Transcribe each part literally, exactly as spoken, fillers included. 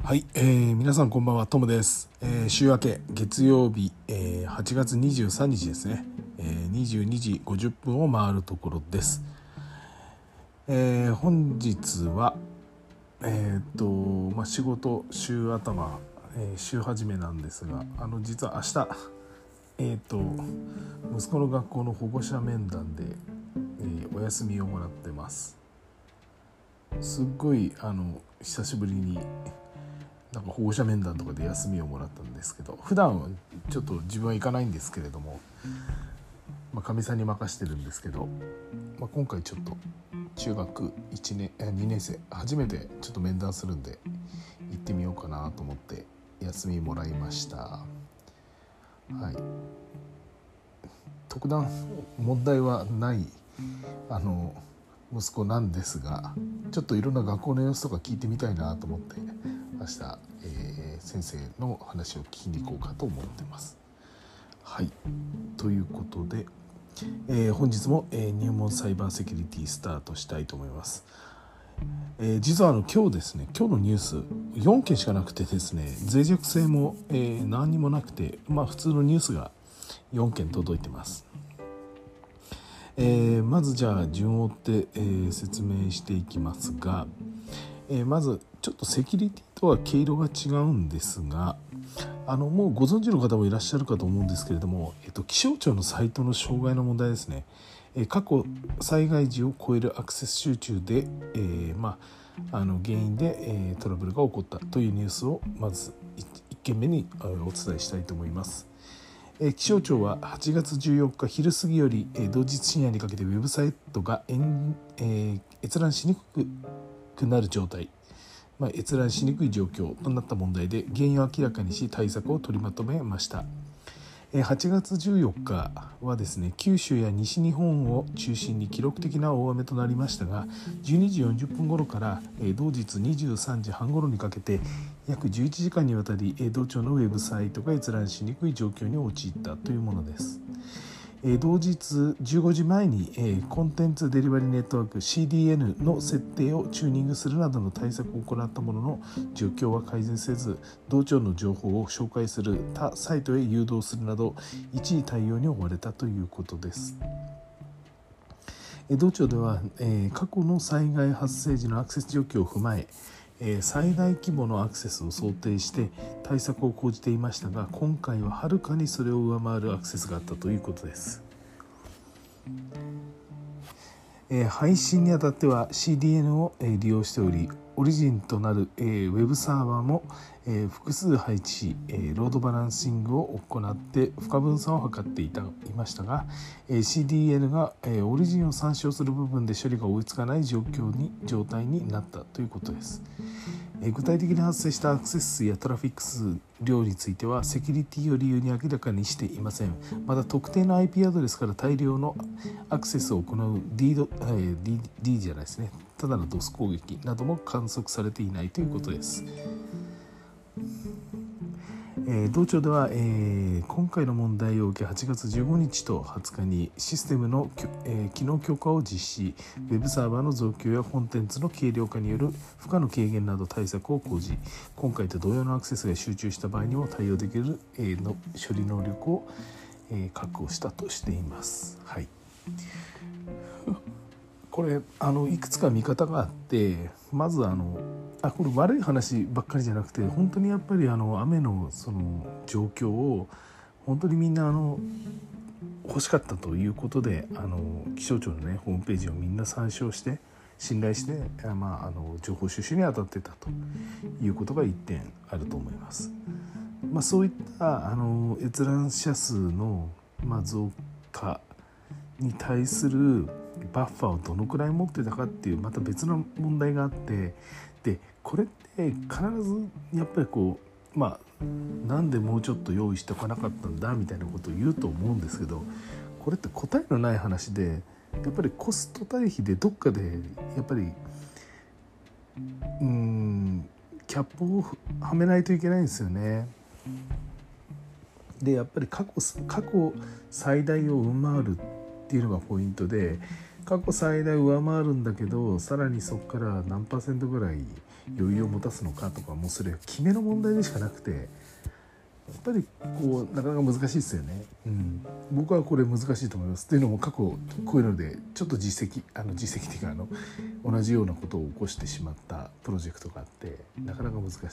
はい、えー、皆さんこんばんは、トムです。えー、週明け月曜日、えー、はちがつにじゅうさんにちですね、えー、にじゅうにじごじゅっぷんを回るところです。えー、本日は、えー、っとまあ、仕事週頭、えー、週始めなんですが、あの実は明日、えー、っと息子の学校の保護者面談で、えー、お休みをもらってます。すっごいあの久しぶりになんか保護者面談とかで休みをもらったんですけど、普段はちょっと自分は行かないんですけれども、まあ、かみさんに任してるんですけど、まあ、今回ちょっと中学いちねんにねん生初めてちょっと面談するんで行ってみようかなと思って休みもらいました。はい、特段問題はないあの息子なんですが、ちょっといろんな学校の様子とか聞いてみたいなと思って明日、えー、先生の話を聞きに行こうかと思ってます。はい、ということで、えー、本日も、えー、入門サイバーセキュリティスタートしたいと思います。えー、実はあの今日ですね、今日のニュースよんけんしかなくてですね、脆弱性も、えー、何にもなくて、まあ普通のニュースがよんけん届いてます。えー、まずじゃあ順を追って、えー、説明していきますが、えー、まずちょっとセキュリティとは毛色が違うんですが、あのもうご存知の方もいらっしゃるかと思うんですけれども、えっと、気象庁のサイトの障害の問題ですね。えー、過去災害時を超えるアクセス集中で、えーまあ、あの原因で、えー、トラブルが起こったというニュースをまずいっけんめにお伝えしたいと思います。気象庁ははちがつじゅうよっか昼過ぎより同日深夜にかけてウェブサイトが閲覧しにくくなる状態、まあ、閲覧しにくい状況となった問題で原因を明らかにし対策を取りまとめました。はちがつじゅうよっかはですね、九州や西日本を中心に記録的な大雨となりましたが、じゅうにじよんじゅっぷん頃から同日にじゅうさんじはん頃にかけて約じゅういちじかんにわたり同庁のウェブサイトが閲覧しにくい状況に陥ったというものです。同日じゅうごじまえにコンテンツデリバリーネットワーク シーディーエヌ の設定をチューニングするなどの対策を行ったものの、状況は改善せず、同庁の情報を紹介する他サイトへ誘導するなど一時対応に追われたということです。同庁では過去の災害発生時のアクセス状況を踏まえ、最大規模のアクセスを想定して対策を講じていましたが、今回ははるかにそれを上回るアクセスがあったということです。配信にあたっては シーディーエヌ を利用しており、オリジンとなるウェブサーバーも複数配置し、ロードバランシングを行って負荷分散を図っていたいましたが、 シーディーエヌ がオリジンを参照する部分で処理が追いつかない状況に状態になったということです。具体的に発生したアクセス数やトラフィック数量についてはセキュリティを理由に明らかにしていません。また特定の アイピー アドレスから大量のアクセスを行う D, D, D じゃないですね、ただの ドス 攻撃なども観測されていないということです。同庁では、えー、今回の問題を受けはちがつじゅうごにちとはつかにシステムの、えー、機能強化を実施、ウェブサーバーの増強やコンテンツの軽量化による負荷の軽減など対策を講じ、今回と同様のアクセスが集中した場合にも対応できる、えー、の処理能力を、えー、確保したとしています。はい、これあのいくつか見方があって、まずあのあこれ悪い話ばっかりじゃなくて、本当にやっぱりあの雨のその状況を本当にみんなあの欲しかったということで、あの気象庁のねホームページをみんな参照して信頼して、まあ、あの情報収集に当たってたということがいってんあると思います。まあ、そういったあの閲覧者数の、まあ、増加に対するバッファーをどのくらい持ってたかっていうまた別の問題があって、でこれって必ずやっぱりこうまあなんでもうちょっと用意しておかなかったんだみたいなことを言うと思うんですけど、これって答えのない話で、やっぱりコスト対比でどっかでやっぱりうーんキャップをはめないといけないんですよね。でやっぱり過去過去最大を上回るっていうのがポイントで、 過去最大上回るんだけど、さらにそこから何パーセントぐらい余裕を持たすのかとか、もうそれは決めの問題でしかなくて、やっぱりこうなかなか難しいですよね、うん、僕はこれ難しいと思います。というのも過去こういうのでちょっと実績あの実績っていうかあの同じようなことを起こしてしまったプロジェクトがあって、なかなか難しい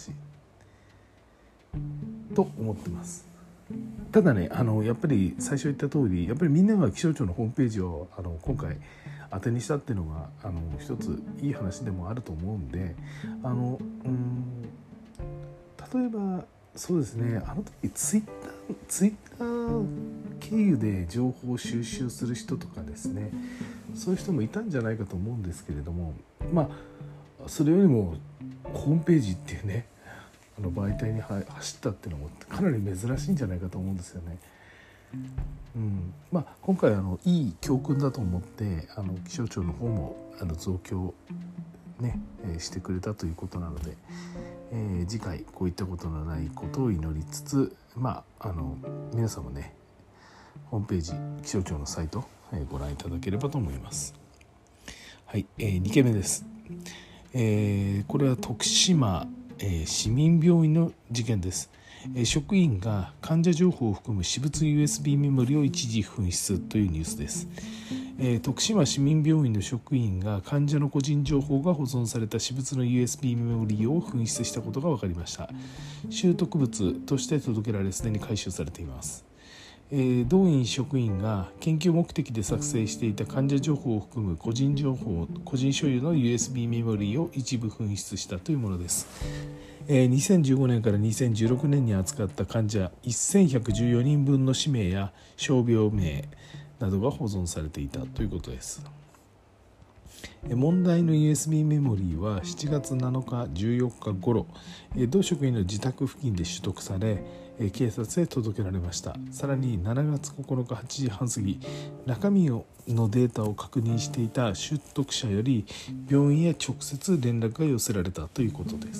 と思ってます。ただね、あのやっぱり最初言った通り、やっぱりみんなが気象庁のホームページをあの今回当てにしたっていうのがあの一ついい話でもあると思うんで、あのうん例えばそうですね、あの時ツイッターツイッター経由で情報を収集する人とかですね、そういう人もいたんじゃないかと思うんですけれども、まあそれよりもホームページっていうね、あの媒体に走ったっていうのもかなり珍しいんじゃないかと思うんですよね。うんまあ、今回あのいい教訓だと思ってあの気象庁の方もあの増強、ねえー、してくれたということなので、えー、次回こういったことのないことを祈りつつ、まあ、あの皆さんもねホームページ気象庁のサイト、えー、ご覧いただければと思います。はい、えー、にけんめです。えー、これは徳島、えー、市民病院の事件です。えー、職員が患者情報を含む私物 ユーエスビー メモリを一時紛失というニュースです。えー、徳島市民病院の職員が患者の個人情報が保存された私物の ユーエスビー メモリを紛失したことが分かりました。拾得物として届けられすでに回収されています。えー、同院職員が研究目的で作成していた患者情報を含む個人情報個人所有の ユーエスビー メモリを一部紛失したというものです。えー、にせんじゅうごねんからにせんじゅうろくねんに扱った患者せんひゃくじゅうよにんぶんの氏名や傷病名などが保存されていたということです。問題の ユーエスビー メモリーはしちがつなのかじゅうよっか頃、同職員の自宅付近で取得され、警察へ届けられました。さらにしちがつここのかはちじはん過ぎ、中身のデータを確認していた取得者より病院へ直接連絡が寄せられたということです。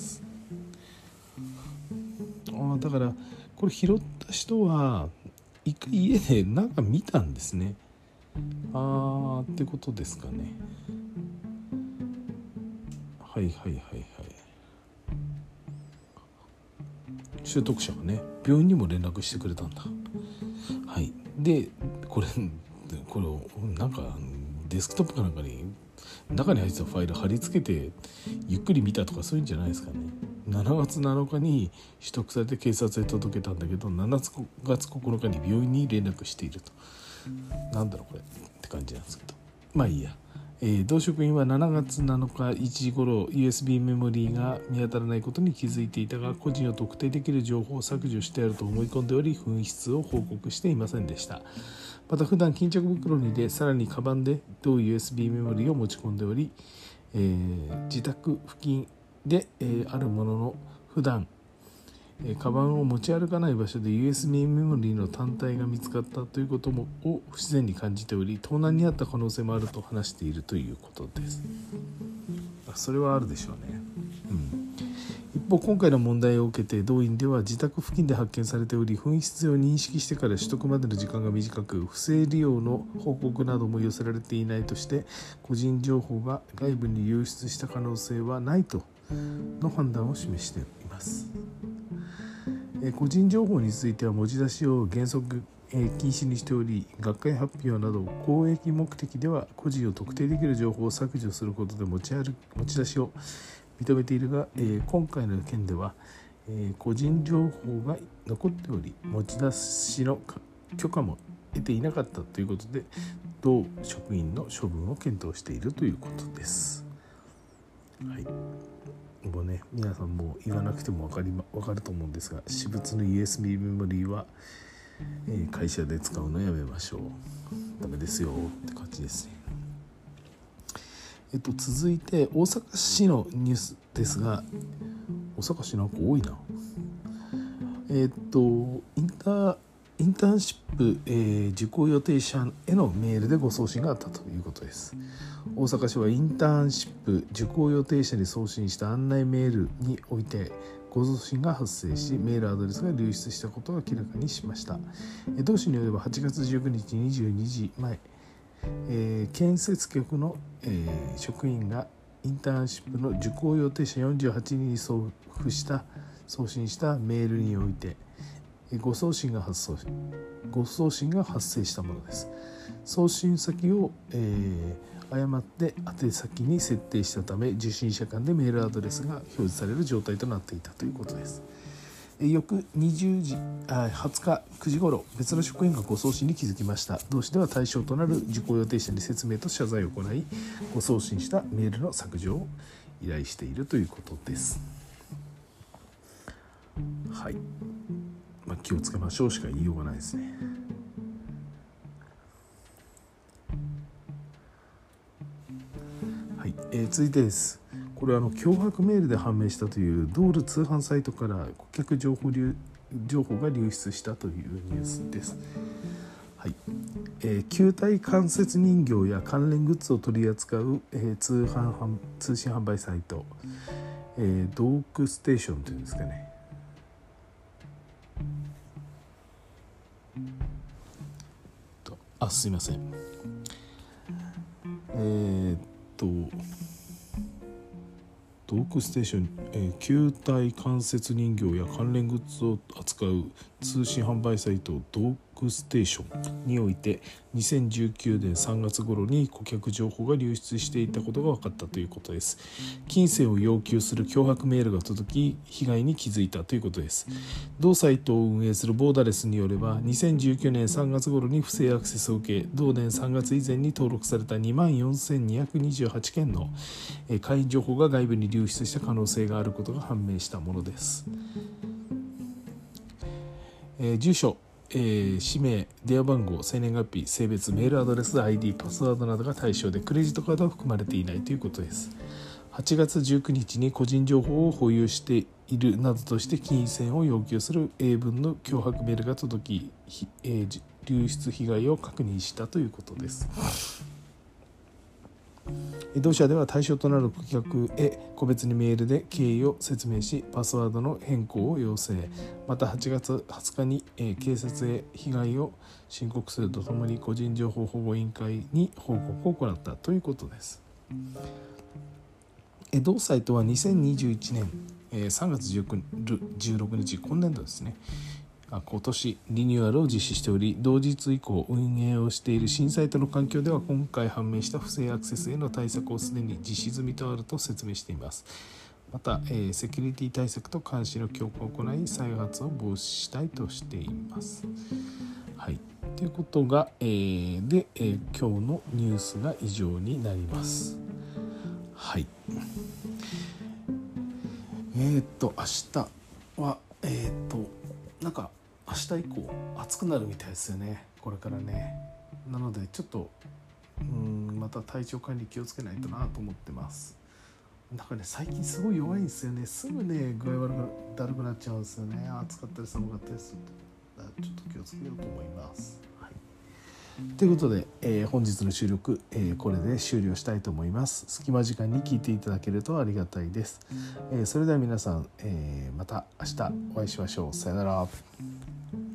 あ、だからこれ拾った人は一回家でなんか見たんですね。あーってことですかね。はいはいはいはい。取得者がね病院にも連絡してくれたんだ。はい。でこれこれなんかデスクトップかなんかに中に入ってたファイル貼り付けてゆっくり見たとかそういうんじゃないですかね。しちがつなのかに取得されて警察へ届けたんだけどしちがつここのかに病院に連絡していると。なんだろうこれって感じなんですけど、まあいいや。えー、同職員はしちがつなのかいちじ頃 ユーエスビー メモリーが見当たらないことに気づいていたが、個人を特定できる情報を削除してあると思い込んでおり紛失を報告していませんでした。また普段巾着袋に入れ、さらにカバンで同 ユーエスビー メモリーを持ち込んでおり、えー、自宅付近で、えー、あるものの普段カバンを持ち歩かない場所で ユーエスビー メモリーの単体が見つかったということもを不自然に感じており、盗難にあった可能性もあると話しているということです。それはあるでしょうね、うん、一方今回の問題を受けて同院では自宅付近で発見されており、紛失を認識してから取得までの時間が短く、不正利用の報告なども寄せられていないとして、個人情報が外部に流出した可能性はないとの判断を示しています。個人情報については持ち出しを原則禁止にしており、学会発表など公益目的では個人を特定できる情報を削除することで持ち歩持ち出しを認めているが、今回の件では個人情報が残っており持ち出しの許可も得ていなかったということで、同職員の処分を検討しているということです。はい。もうね、皆さんも言わなくても分かり、分かると思うんですが、私物の ユーエスビー メモリーは、えー、会社で使うのやめましょう。ダメですよって感じですね。えっと続いて大阪市のニュースですが、大阪市なんか多いな。えっとインターインターンシップ、えー、受講予定者へのメールでご送信があったということです。大阪市はインターンシップ受講予定者に送信した案内メールにおいて誤送信が発生し、メールアドレスが流出したことを明らかにしました。同市によればはちがつじゅうくにちにじゅうにじまえ、 えー、建設局の、えー、職員がインターンシップの受講予定者よんじゅうはちにんに送付した送信したメールにおいて誤送信が発送誤送信が発生したものです。送信先を、えー、誤って宛先に設定したため、受信者間でメールアドレスが表示される状態となっていたということです。翌にじゅうじあはつかくじ頃、別の職員が誤送信に気づきました。同市では対象となる受講予定者に説明と謝罪を行い、誤送信したメールの削除を依頼しているということです。はい、まあ、気をつけましょうしか言いようがないですね。はい、えー、続いてです。これはあの脅迫メールで判明したというドール通販サイトから顧客情報流情報が流出したというニュースです。はい、えー、球体関節人形や関連グッズを取り扱う、えー、通販通信販売サイト、えー、ドークステーションというんですかね。あ、すいません。えー、っとドークステーション、えー、球体関節人形や関連グッズを扱う通信販売サイトドークステーションにおいてにせんじゅうきゅうねんさんがつ頃に顧客情報が流出していたことが分かったということです。金銭を要求する脅迫メールが届き、被害に気づいたということです。同サイトを運営するボーダレスによれば、にせんじゅうきゅうねんさんがつ頃に不正アクセスを受け、同年さんがつ以前に登録された にまんよんせんにひゃくにじゅうはち 件の会員情報が外部に流出した可能性があることが判明したものです。えー、住所、えー、氏名、電話番号、生年月日、性別、メールアドレス、アイディー、パスワードなどが対象で、クレジットカードは含まれていないということです。はちがつじゅうくにちに個人情報を保有しているなどとして金銭を要求する英文の脅迫メールが届き、えー、流出被害を確認したということです。同社では対象となる顧客へ個別にメールで経緯を説明し、パスワードの変更を要請、またはちがつはつかに警察へ被害を申告するとともに個人情報保護委員会に報告を行ったということです。同サイトはにせんにじゅういちねんさんがつじゅうろくにち、今年度ですね、今年リニューアルを実施しており、同日以降運営をしている新サイトの環境では今回判明した不正アクセスへの対策をすでに実施済みとあると説明しています。また、えー、セキュリティ対策と監視の強化を行い、再発を防止したいとしています。はい、ということが、えー、で、えー、今日のニュースが以上になります。はい。えー、っと明日はえー、っとなんか明日以降暑くなるみたいですよね、これからね。なのでちょっとうーんまた体調管理気をつけないとなと思ってます。なんかね、最近すごい弱いんですよね。すぐね具合悪くだるくなっちゃうんですよね。暑かったり寒かったりすると、だからちょっと気をつけようと思います。はい、ということで、えー、本日の収録、えー、これで終了したいと思います。隙間時間に聞いていただけるとありがたいです。えー、それでは皆さん、えー、また明日お会いしましょう。さよなら。